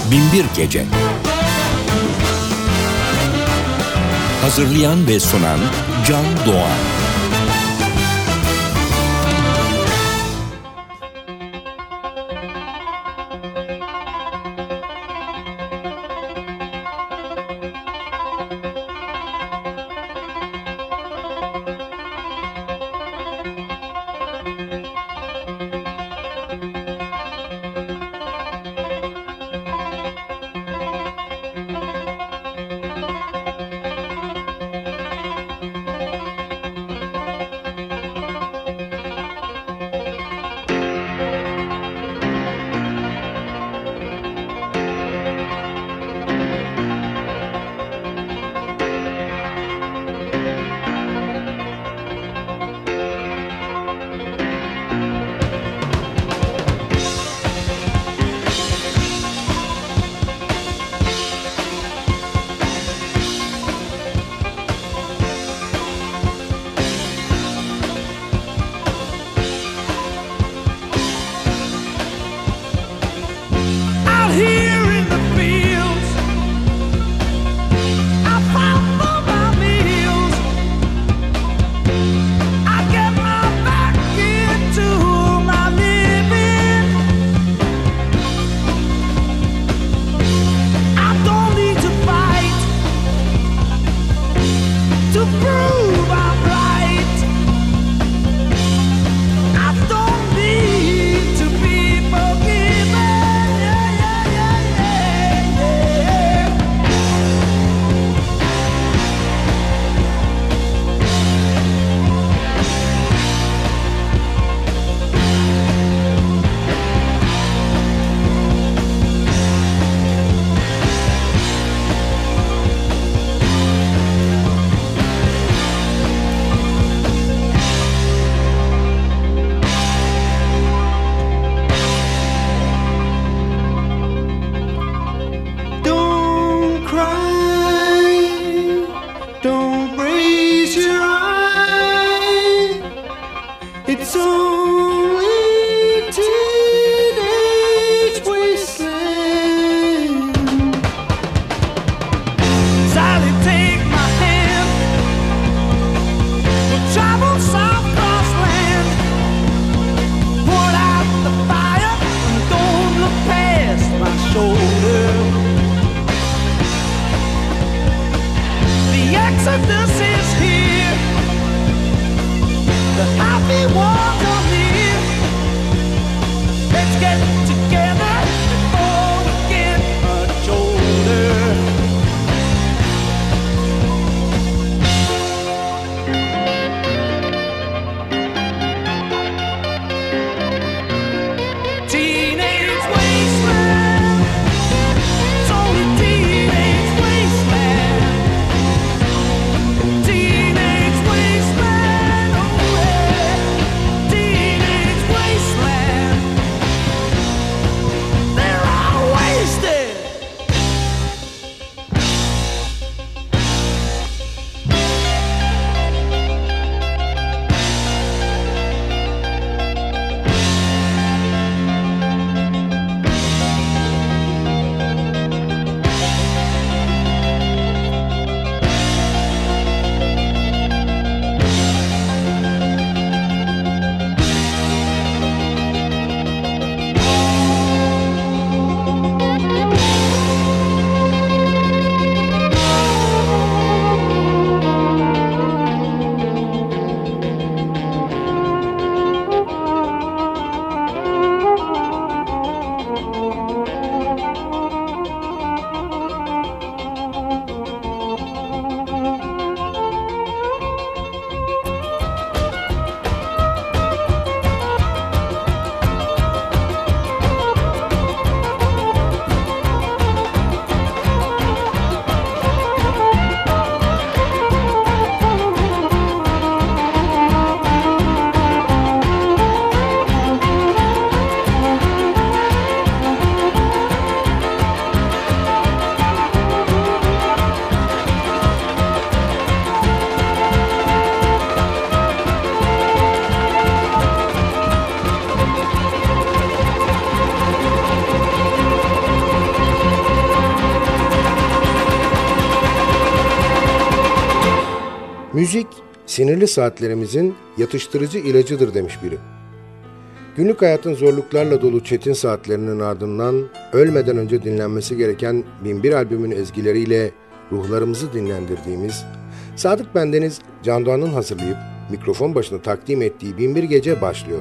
Binbir Gece. Hazırlayan ve sunan Can Doğan. Müzik, sinirli saatlerimizin yatıştırıcı ilacıdır demiş biri. Günlük hayatın zorluklarla dolu çetin saatlerinin ardından ölmeden önce dinlenmesi gereken Binbir albümün ezgileriyle ruhlarımızı dinlendirdiğimiz, Sadık Bendeniz Can Doğan'ın hazırlayıp mikrofon başına takdim ettiği Binbir Gece başlıyor.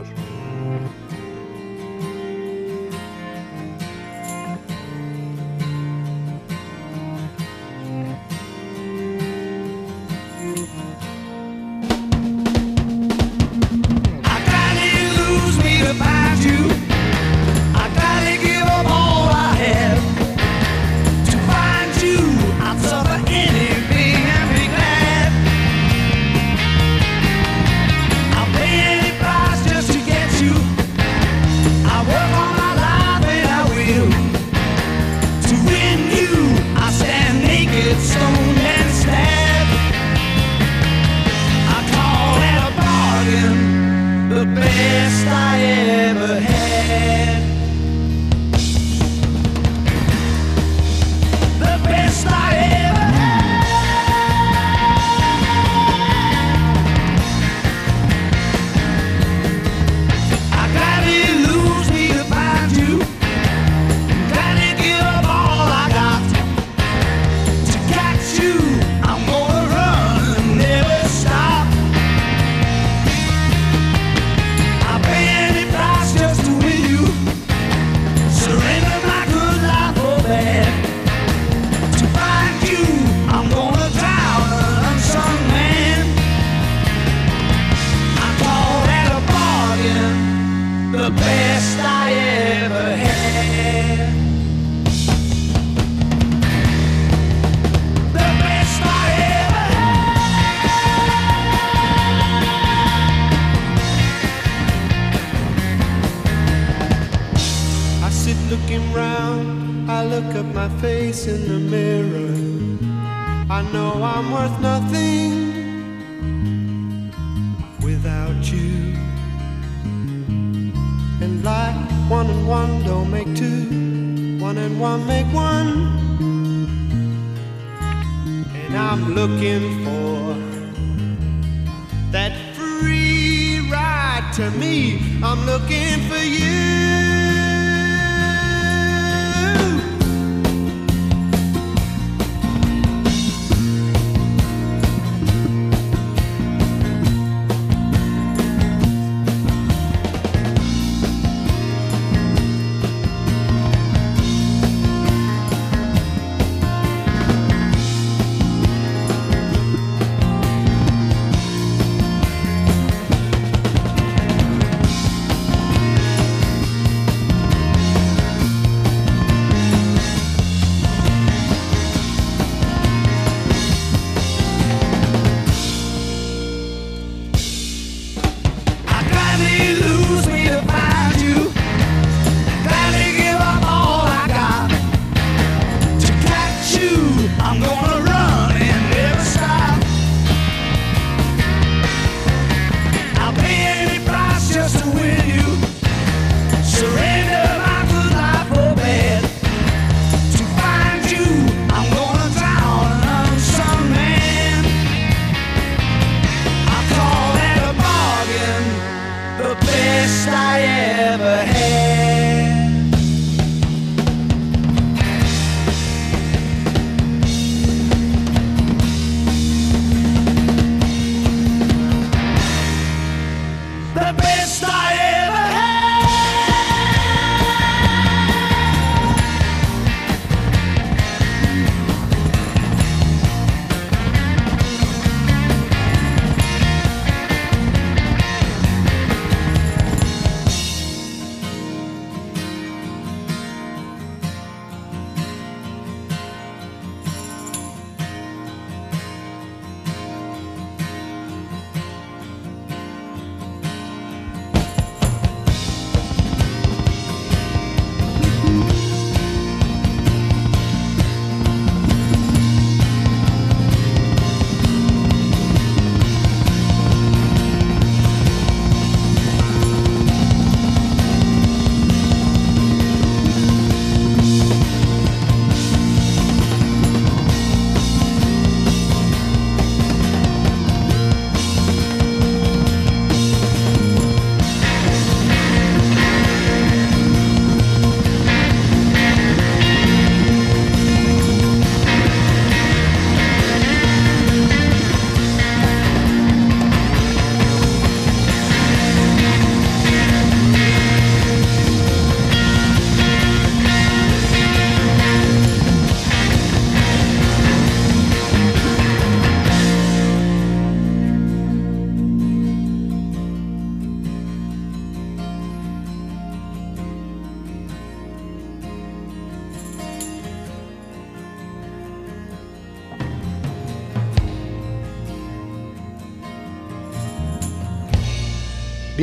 In the mirror, I know I'm worth nothing without you. And like 1 and 1 don't make 2, 1 and 1 make 1. And I'm looking for that free ride to me. I'm looking for you.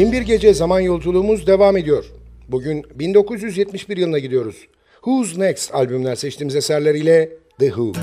Binbir Gece zaman yolculuğumuz devam ediyor. Bugün 1971 yılına gidiyoruz. Who's Next albümler seçtiğimiz eserleriyle The Who.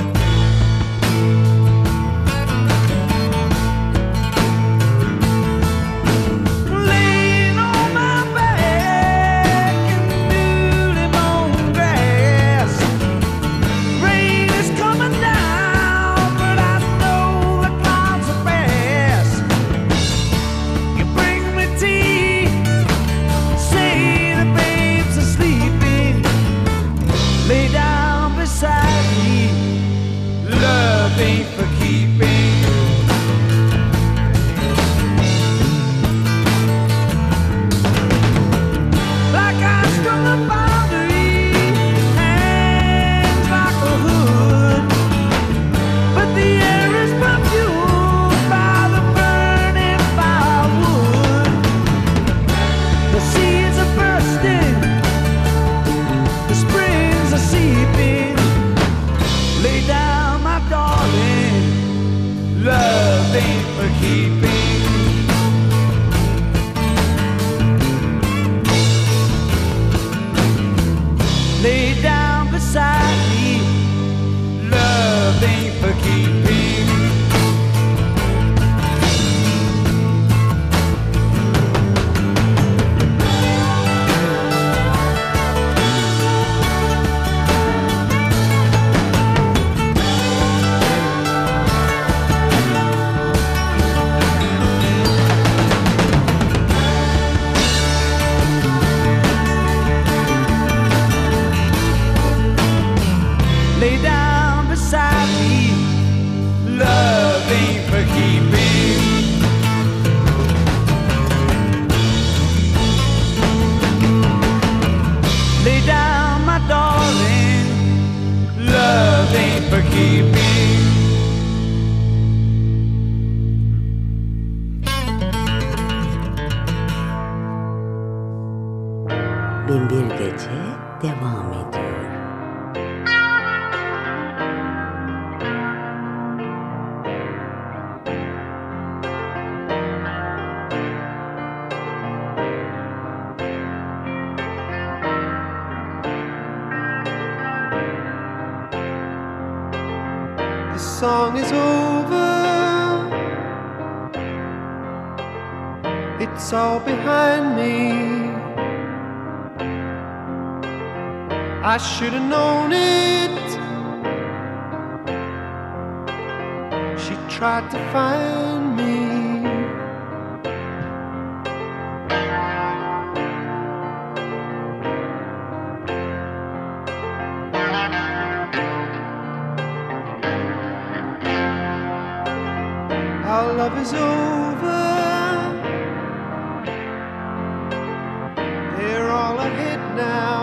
Binbir Gece devam ediyor. The song is over. It's all behind me. I should have known it. She tried to find me. Our love is over. They're all ahead now.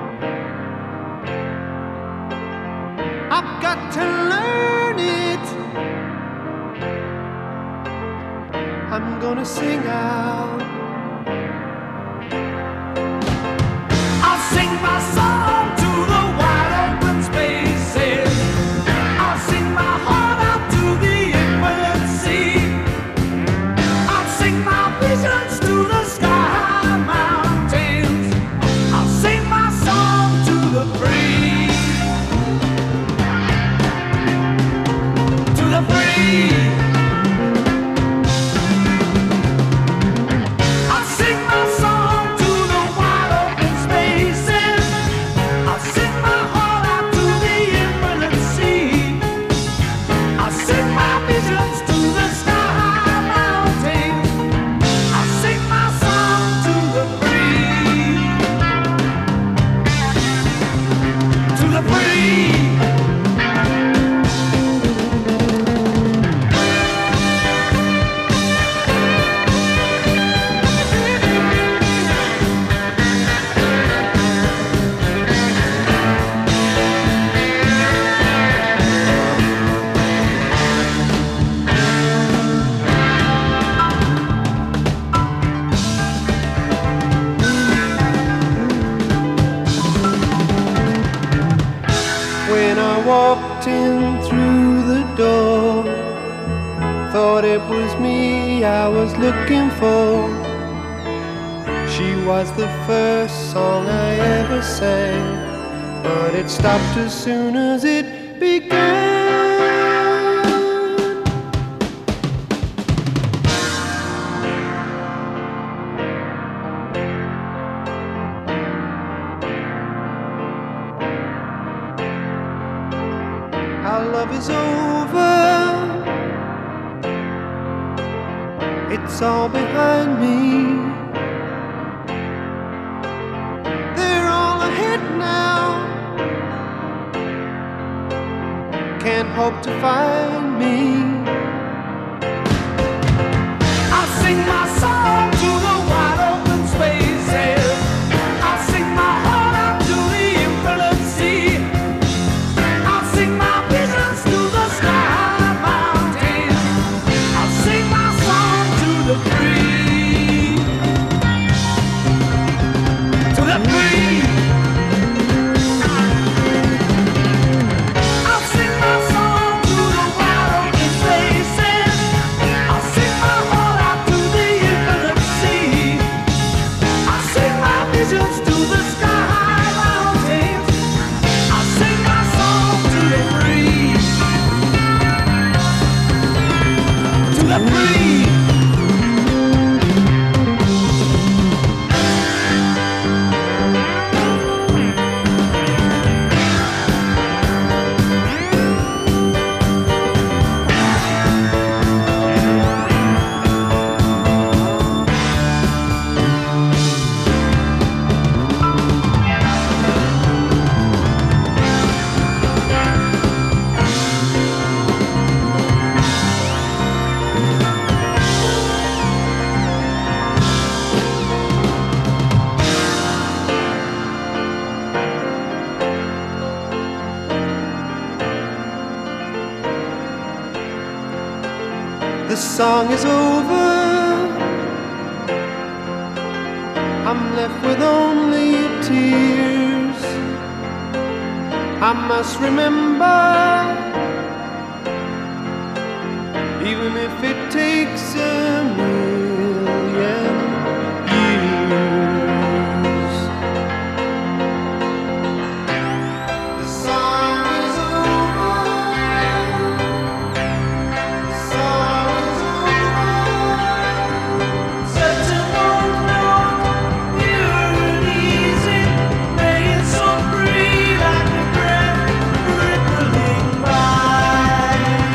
I've got to learn it. I'm gonna sing out. I'll sing my song to the wide open spaces. I'll sing my heart out to the infinite sea. I'll sing my visions to the sky mountains. I'll sing my song to the free. To the free. I'll sing my song to the wide open spaces. I'll sing my heart out to the infinite sea. I'll sing my visions to the sky mountains. I'll sing my song to the free. To the free. When I walked in through the door, thought it was me I was looking for. She was the first song I ever sang, but it stopped as soon as it began. Our love is over, it's all behind me. They're all ahead now, can't hope to find me. I'll sing my song to the wide open spaces. I'll sing my heart out to the infinite sea. I'll sing my visions to the sky mountains. I'll sing my song to the free. To the free. I'll sing my song to the wide open spaces. I'll sing my heart out to the infinite sea. I'll sing my visions to the sky mountains. I'll sing my song to the free. To the free. The song is over, I'm left with only tears. I must remember, even if it takes a million years. The song is over, the song is Such a long note, pure and easy, made so free like a breath rippling by.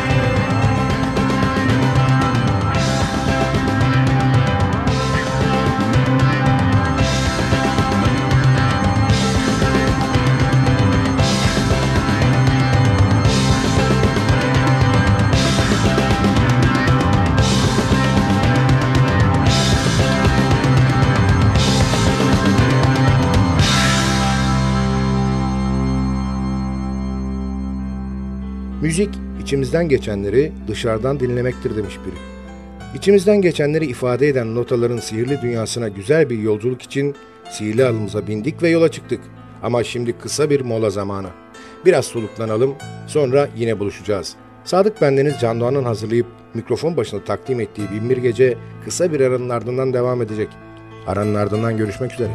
Müzik, içimizden geçenleri dışarıdan dinlemektir demiş biri. İçimizden geçenleri ifade eden notaların sihirli dünyasına güzel bir yolculuk için sihirli alımıza bindik ve yola çıktık. Ama şimdi kısa bir mola zamanı. Biraz soluklanalım, sonra yine buluşacağız. Sadık bendeniz Can Doğan'ın hazırlayıp mikrofon başına takdim ettiği Binbir Gece kısa bir aranın ardından devam edecek. Aranın ardından görüşmek üzere.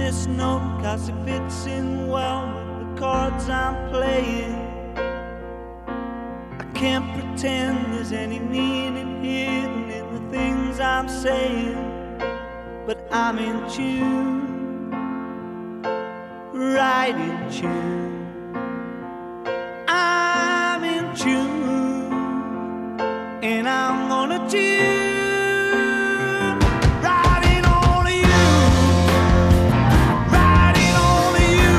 this note 'cause it fits in well with the cards I'm playing. I can't pretend there's any meaning hidden in the things I'm saying, but I'm in tune, right in tune. I'm in tune, and I'm gonna tune, riding on you, riding on you,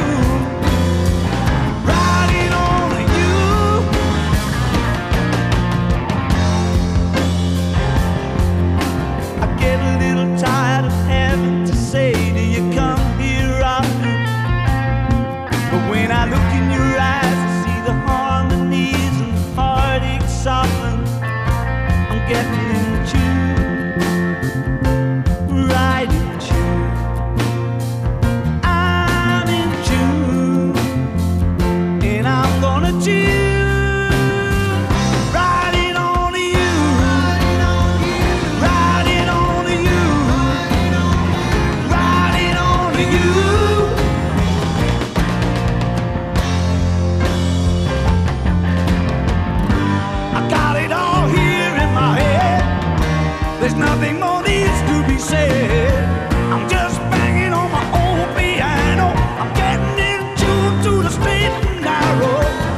riding on you. I get a little tired of having to say, do you come here often? But when I look in your eyes, I see the harmonies and the heartache soften. I'm getting in tune, right in tune. I'm in tune, and I'm gonna tune, riding on you, riding on you, riding on you, riding on you. I got it all here in my head. There's nothing more needs to be said. I'm just banging on my old piano. I'm getting in tune to the straight and narrow.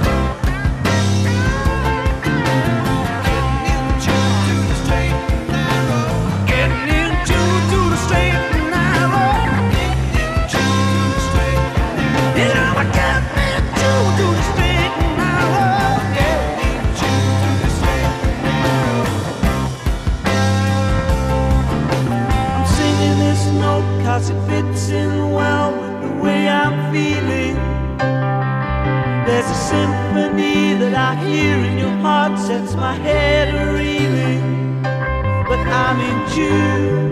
Getting in tune to the straight and narrow. Getting in tune to the straight and narrow. Getting in tune to the straight and narrow. Yeah, I'm getting in tune to the straight and narrow. Getting in tune to the straight and narrow. I'm singing this note 'cause it fits in well with the way I'm feeling. There's a symphony that I hear in your heart, sets my head a-reeling. But I'm in tune,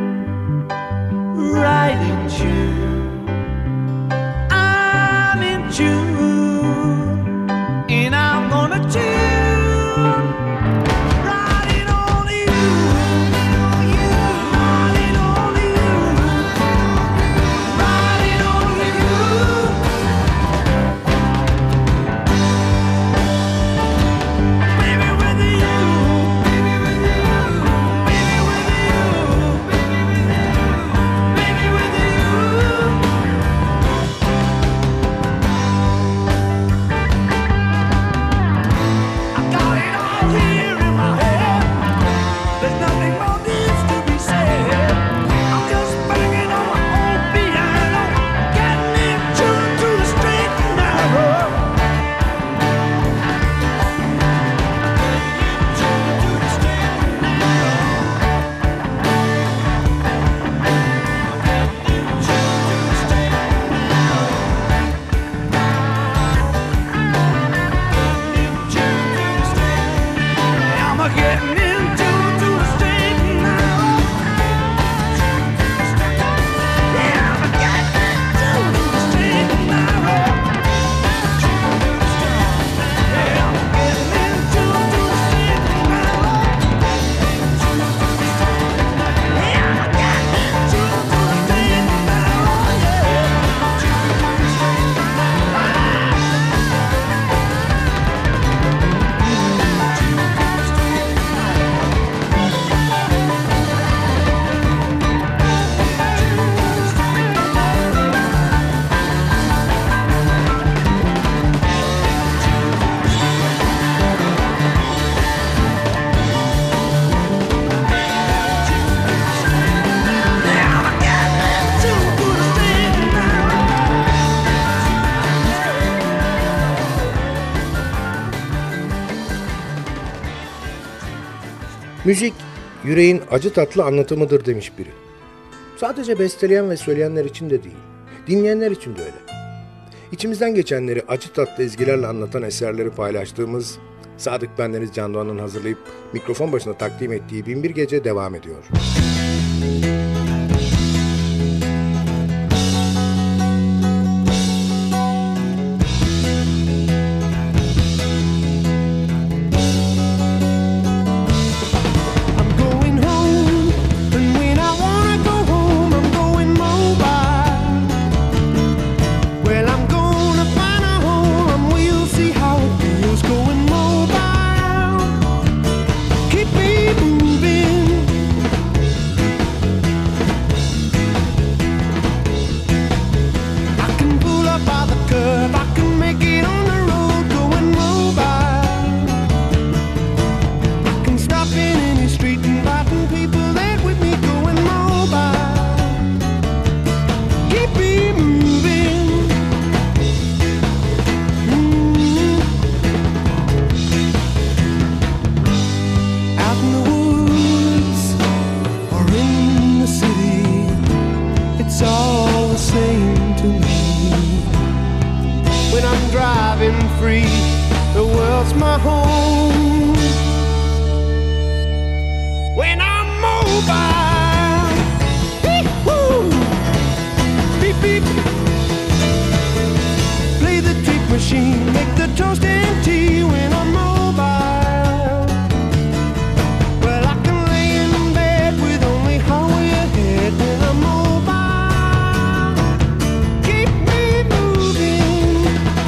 right in tune. I'm in tune, and I'm gonna tune, riding on you, riding on you, riding on you. Baby with you, baby with you, baby with you, baby with you. I got it all here in my head. There's nothing more needs to be said. I'm just banging on my old piano, getting in tune to the straight and narrow. Getting in tune to the straight and narrow. Getting in tune to the straight and narrow. I'm getting in tune to the straight and narrow. Yeah, I'm getting in tune to the straight and narrow. Yeah, I'm getting in tune to the straight and narrow. Yeah, I'm getting in tune to the straight and narrow. Yeah, I'm getting in tune to the straight and narrow. Müzik, yüreğin acı tatlı anlatımıdır demiş biri. Sadece besteleyen ve söyleyenler için de değil, dinleyenler için de öyle. İçimizden geçenleri acı tatlı ezgilerle anlatan eserleri paylaştığımız Sadık Bendeniz Can Doğan'ın hazırlayıp mikrofon başına takdim ettiği Binbir Gece devam ediyor. I'm going home, and when I wanna go home, I'm going mobile. in the city, it's all the same to me. When I'm driving free, the world's my home. When I'm mobile, woo, beep beep, play the tape machine, make the toast and tea. When I'm mobile, well I can lay in bed with only highway ahead. When I'm mobile, keep me moving,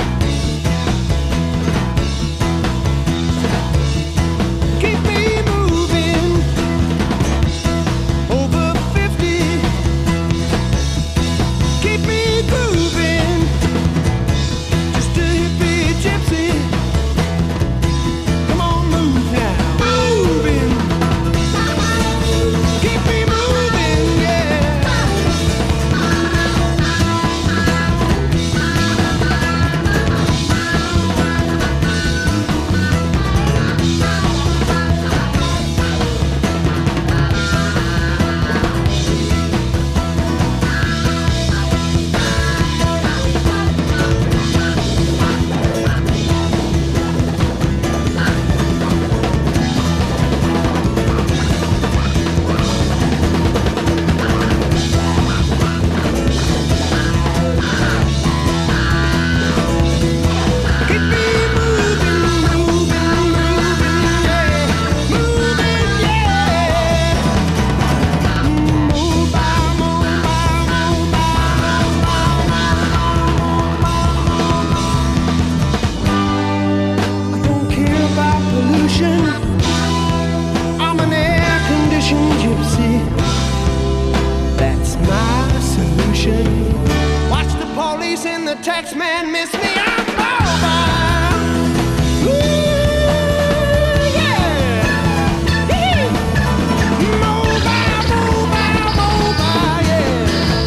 keep me moving. Over 50, keep me grooving. Just a hippie gypsy. Come on, move now. Moving. Keep me moving, yeah. Keep me moving, moving, moving, yeah. Moving, yeah. Mobile, mobile, I don't care about pollution. I'm an air-conditioned gypsy. That's my solution. Watch the police and the tax man miss me. I'm mobile. Ooh, yeah. Mobile, mobile, mobile, yeah.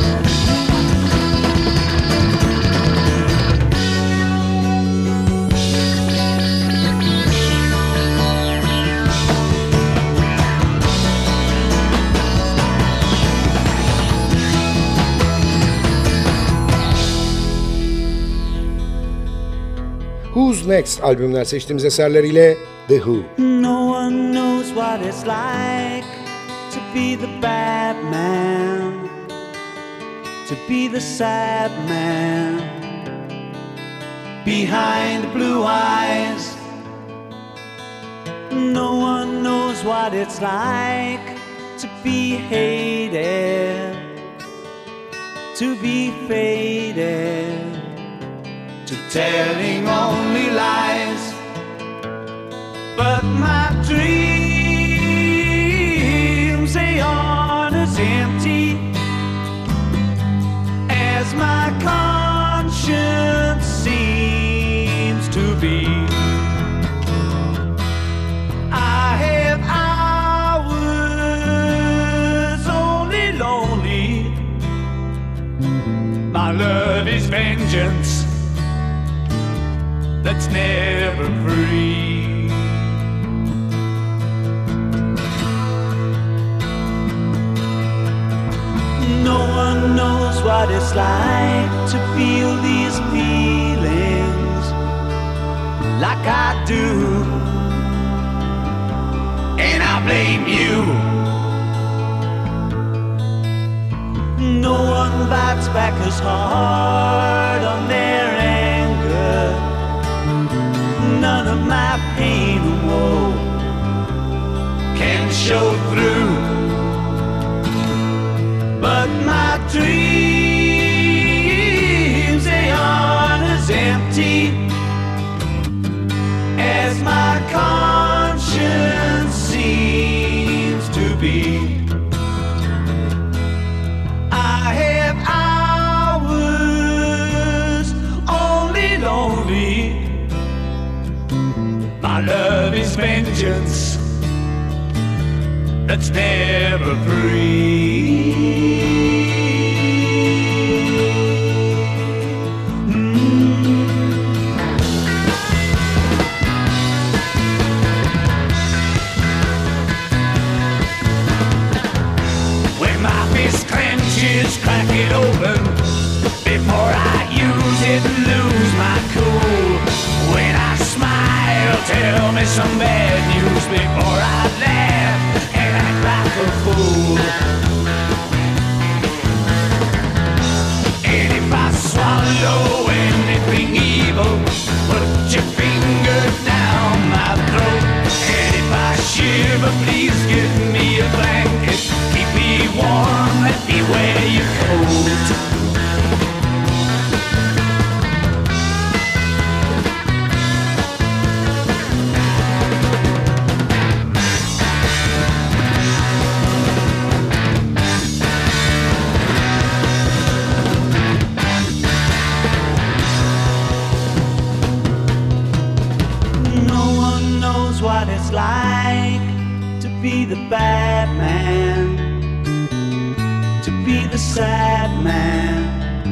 Who's Next albümünden seçtiğimiz eserleriyle The Who. No one knows what it's like to be the bad man, to be the sad man behind the blue eyes. No one knows what it's like to be hated, to be faded, to telling only lies. But my dreams, they aren't as empty as my conscience seems to be. I have hours only lonely. My love is vengeance that's never free. No one knows what it's like to feel these feelings like I do, and I blame you. No one bites back as hard on their anger. None of my pain or woe can show through. But my dreams, they aren't as empty as my conscience seems to be. I have hours only lonely. My love is vengeance that's never free. please crack it open before I use it and lose my cool. When I smile, tell me some bad news before I laugh and act like a fool. And if I swallow anything evil, put your finger down my throat. And if I shiver, please give me a blanket. Keep me warm, let me wear your coat. What it's like to be the bad man, to be the sad man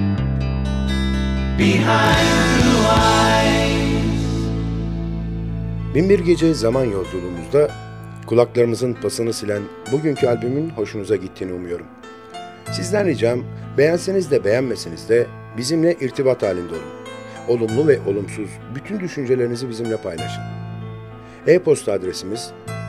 behind blue eyes. Binbir Gece zaman yolculuğumuzda kulaklarımızın pasını silen bugünkü albümün hoşunuza gittiğini umuyorum. Sizden ricam beğenseniz de beğenmeseniz de bizimle irtibat halinde olun. Olumlu ve olumsuz bütün düşüncelerinizi bizimle paylaşın. E-posta adresimiz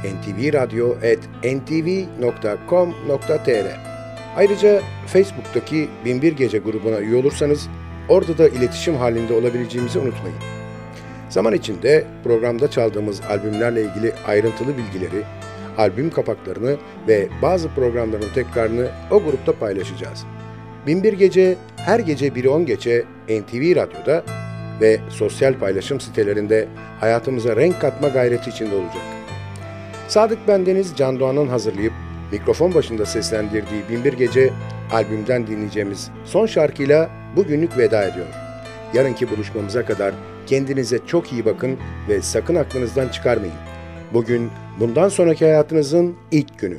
ntvradio@ntv.com.tr. Ayrıca Facebook'taki Binbir Gece grubuna üye olursanız orada da iletişim halinde olabileceğimizi unutmayın. Zaman içinde programda çaldığımız albümlerle ilgili ayrıntılı bilgileri, albüm kapaklarını ve bazı programların tekrarını o grupta paylaşacağız. Binbir Gece her gece 1'i 10 geçe NTV Radyo'da ve sosyal paylaşım sitelerinde hayatımıza renk katma gayreti içinde olacak. Sadık Bendeniz Can Doğan'ın hazırlayıp mikrofon başında seslendirdiği Binbir Gece albümden dinleyeceğimiz son şarkıyla bugünlük veda ediyor. Yarınki buluşmamıza kadar kendinize çok iyi bakın ve sakın aklınızdan çıkarmayın. Bugün bundan sonraki hayatınızın ilk günü.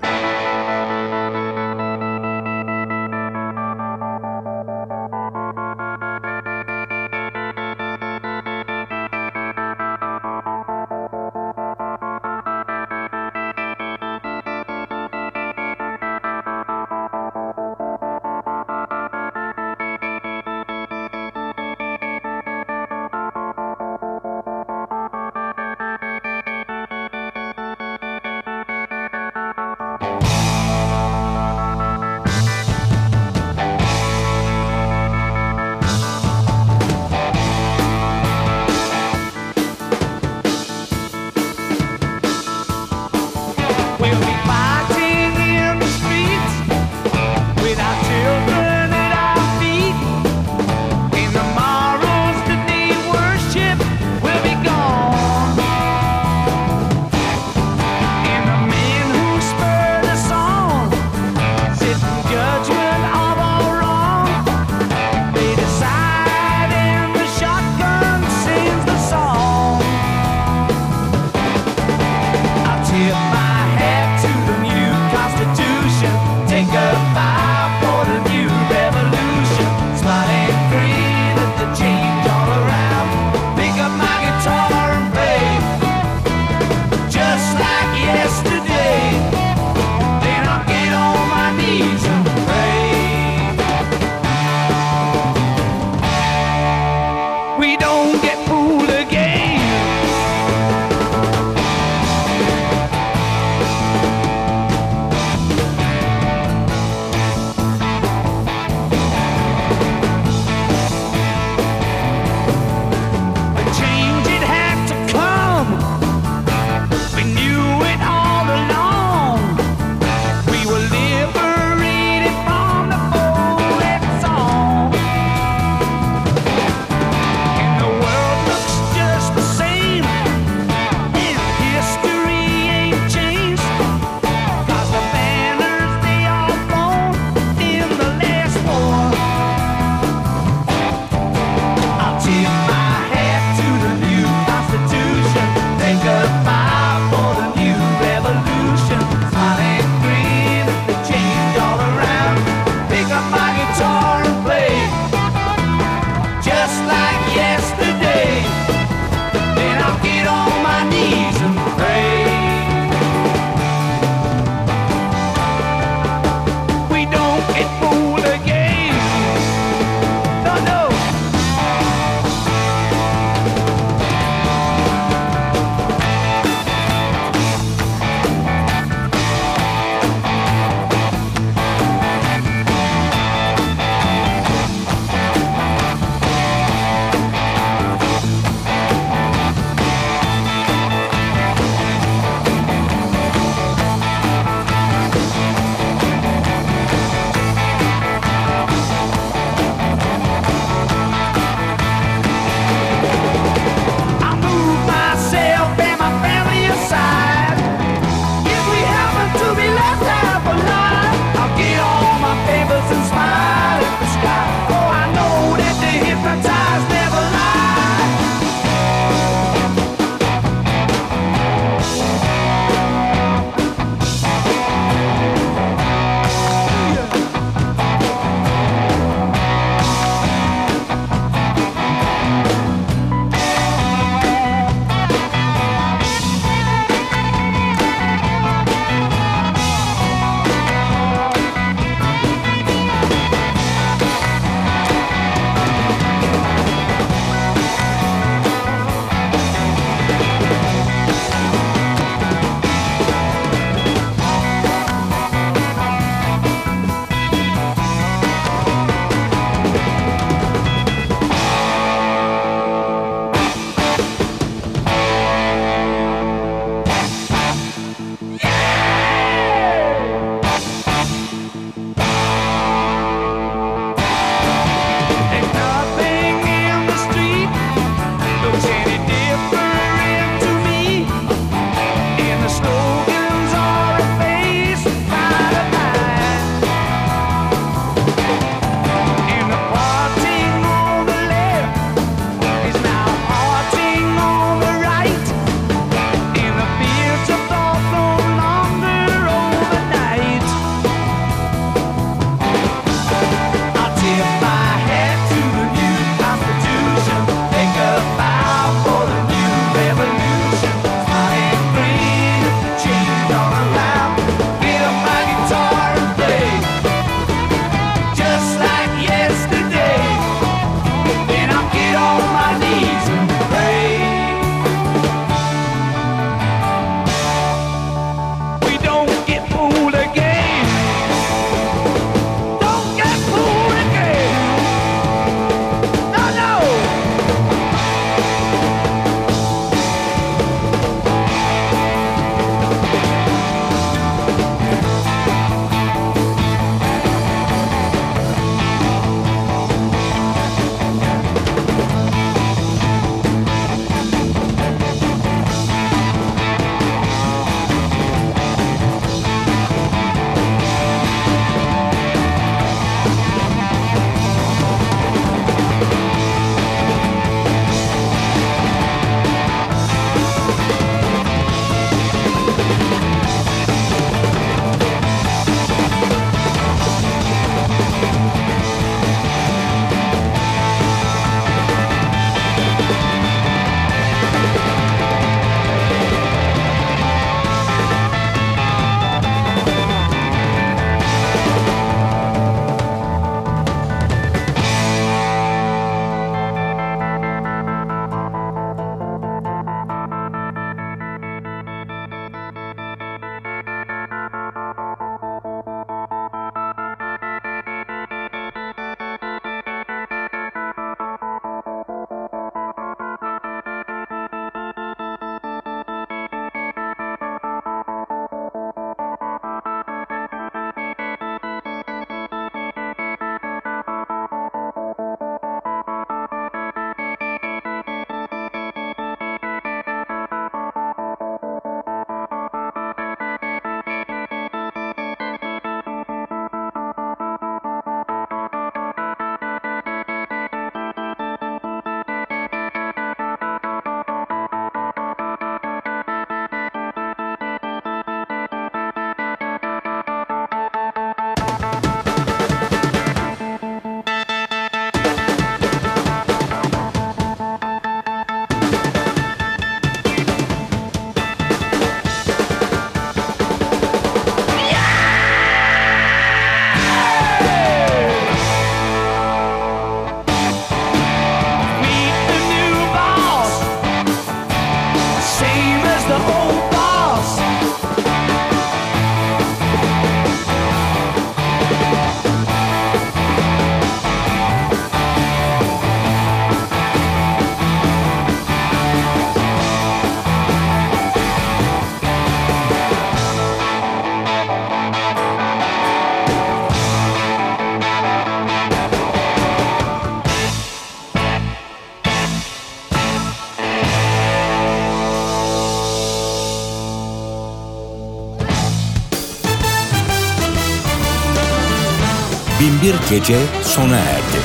Bir gece sona erdi.